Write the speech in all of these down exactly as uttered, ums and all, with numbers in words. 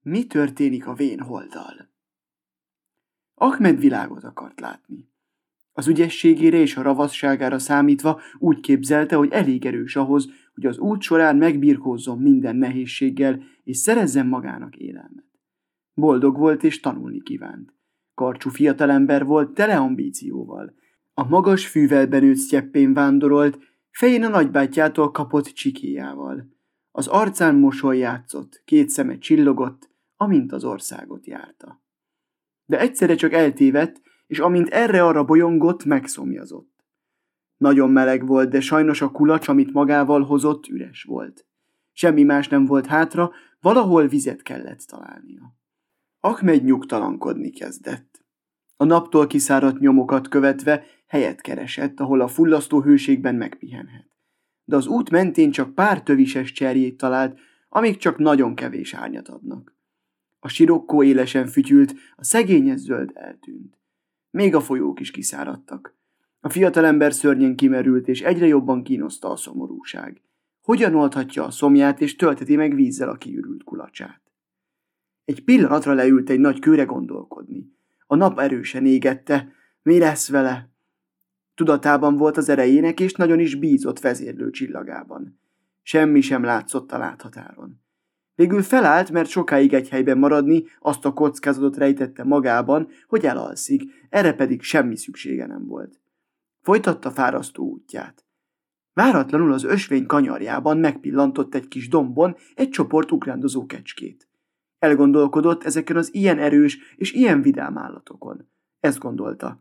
Mi történik a vénholddal? Ahmed világot akart látni. Az ügyességére és a ravasságára számítva úgy képzelte, hogy elég erős ahhoz, hogy az út során megbirkózzon minden nehézséggel, és szerezzen magának élelmet. Boldog volt és tanulni kívánt. Karcsú fiatalember volt, tele ambícióval. A magas fűvel benőtt sztyeppén vándorolt, fején a nagybátyjától kapott csikéjával. Az arcán mosoly játszott, két szeme csillogott, amint az országot járta. De egyszerre csak eltévedt, és amint erre-arra bolyongott, megszomjazott. Nagyon meleg volt, de sajnos a kulacs, amit magával hozott, üres volt. Semmi más nem volt hátra, valahol vizet kellett találnia. Ahmed nyugtalankodni kezdett. A naptól kiszáradt nyomokat követve helyet keresett, ahol a fullasztó hőségben megpihenhet. De az út mentén csak pár tövises cserjét talált, amik csak nagyon kevés árnyat adnak. A sirokkó élesen fütyült, a szegényes zöld eltűnt. Még a folyók is kiszáradtak. A fiatalember szörnyen kimerült, és egyre jobban kínoszta a szomorúság. Hogyan oldhatja a szomját, és tölteti meg vízzel a kiürült kulacsát? Egy pillanatra leült egy nagy kőre gondolkodni. A nap erősen égette. Mi lesz vele? Tudatában volt az erejének, és nagyon is bízott vezérlő csillagában. Semmi sem látszott a láthatáron. Végül felállt, mert sokáig egy helyben maradni azt a kockázatot rejtette magában, hogy elalszik, erre pedig semmi szüksége nem volt. Folytatta fárasztó útját. Váratlanul az ösvény kanyarjában megpillantott egy kis dombon egy csoport ugrándozó kecskét. Elgondolkodott ezeken az ilyen erős és ilyen vidám állatokon. Ezt gondolta.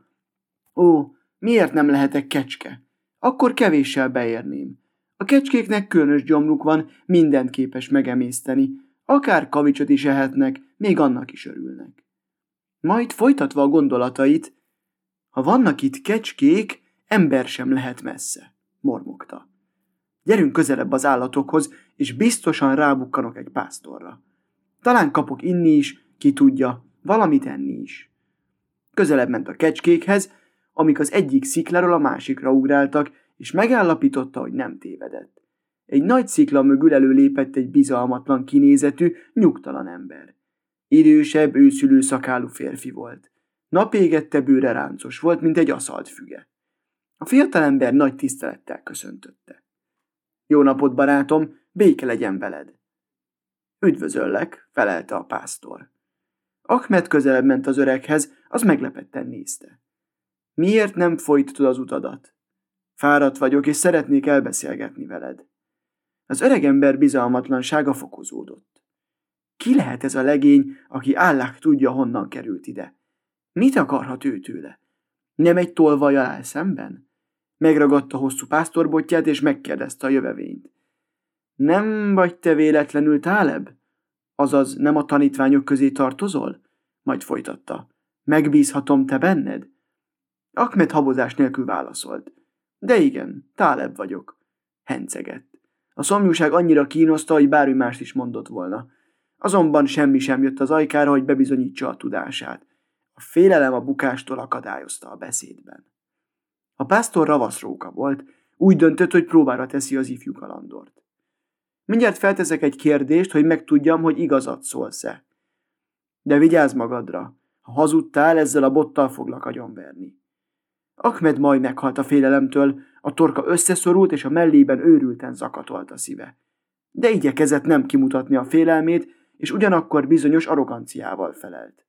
Ó, miért nem lehetek kecske? Akkor kevéssel beérném. A kecskéknek különös gyomruk van, mindent képes megemészteni, akár kavicsot is ehetnek, még annak is örülnek. Majd folytatva a gondolatait, ha vannak itt kecskék, ember sem lehet messze, mormogta. Gyerünk közelebb az állatokhoz, és biztosan rábukkanok egy pásztorra. Talán kapok inni is, ki tudja, valamit enni is. Közelebb ment a kecskékhez, amik az egyik szikláról a másikra ugráltak, és megállapította, hogy nem tévedett. Egy nagy szikla mögül előlépett egy bizalmatlan kinézetű, nyugtalan ember. Idősebb, őszülő szakálú férfi volt. Napégette bőre ráncos volt, mint egy aszalt füge. A fiatalember nagy tisztelettel köszöntötte. Jó napot, barátom, béke legyen veled. Üdvözöllek, felelte a pásztor. Ahmed közelebb ment az öreghez, az meglepetten nézte. Miért nem folytatod az utadat? Fáradt vagyok, és szeretnék elbeszélgetni veled. Az öregember bizalmatlansága fokozódott. Ki lehet ez a legény, aki Álláh tudja, honnan került ide? Mit akarhat ő tőle? Nem egy tolvajjal áll szemben? Megragadta hosszú pásztorbotját, és megkérdezte a jövevényt. Nem vagy te véletlenül Táleb? Azaz nem a tanítványok közé tartozol? Majd folytatta. Megbízhatom te benned? Ahmed habozás nélkül válaszolt. De igen, Táleb vagyok. Hencegett. A szomjúság annyira kínoszta, hogy bármi mást is mondott volna. Azonban semmi sem jött az ajkára, hogy bebizonyítsa a tudását. A félelem a bukástól akadályozta a beszédben. A pásztor ravaszróka volt, úgy döntött, hogy próbára teszi az ifjú kalandort. Mindjárt felteszek egy kérdést, hogy megtudjam, hogy igazat szólsz-e. De vigyázz magadra, ha hazudtál, ezzel a bottal foglak agyonverni. Ahmed majd meghalt a félelemtől, a torka összeszorult, és a mellében őrülten zakatolt a szíve. De igyekezett nem kimutatni a félelmét, és ugyanakkor bizonyos arroganciával felelt.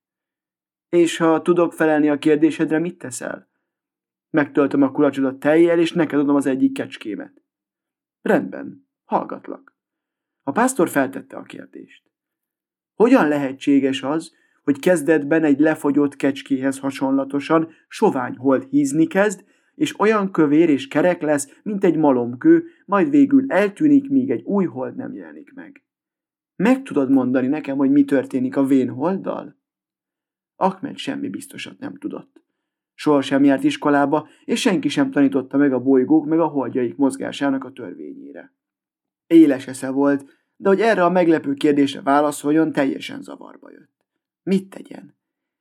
És ha tudok felelni a kérdésedre, mit teszel? Megtöltöm a kulacsodat tejjel, és neked adom az egyik kecskémet. Rendben, hallgatlak. A pásztor feltette a kérdést. Hogyan lehetséges az, hogy kezdetben egy lefagyott kecskéhez hasonlatosan sovány hold hízni kezd, és olyan kövér és kerek lesz, mint egy malomkő, majd végül eltűnik, míg egy új hold nem jelenik meg. Meg tudod mondani nekem, hogy mi történik a vénholddal? Ahmed semmi biztosat nem tudott. Soha sem járt iskolába, és senki sem tanította meg a bolygók meg a holdjaik mozgásának a törvényére. Éles esze volt, de hogy erre a meglepő kérdésre válaszoljon, teljesen zavarba jött. Mit tegyen?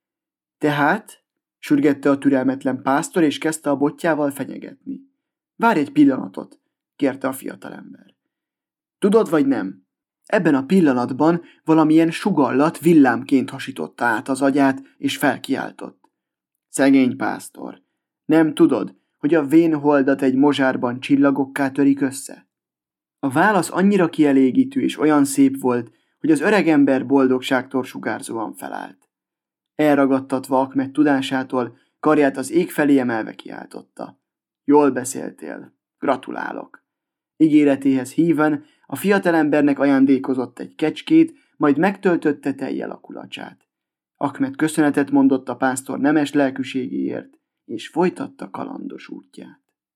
Tehát, sürgette a türelmetlen pásztor, és kezdte a botjával fenyegetni. Várj egy pillanatot, kérte a fiatalember. Tudod vagy nem? Ebben a pillanatban valamilyen sugallat villámként hasította át az agyát, és felkiáltott. Szegény pásztor, nem tudod, hogy a vénholdat egy mozsárban csillagokká törik össze? A válasz annyira kielégítő és olyan szép volt, hogy az öregember boldogságtól sugárzóan felállt. Elragadtatva Ahmed tudásától, karját az ég felé emelve kiáltotta. Jól beszéltél, gratulálok. Ígéretéhez híven a fiatalembernek ajándékozott egy kecskét, majd megtöltötte tejjel a kulacsát. Ahmed köszönetet mondott a pásztor nemes lelkűségéért, és folytatta kalandos útját.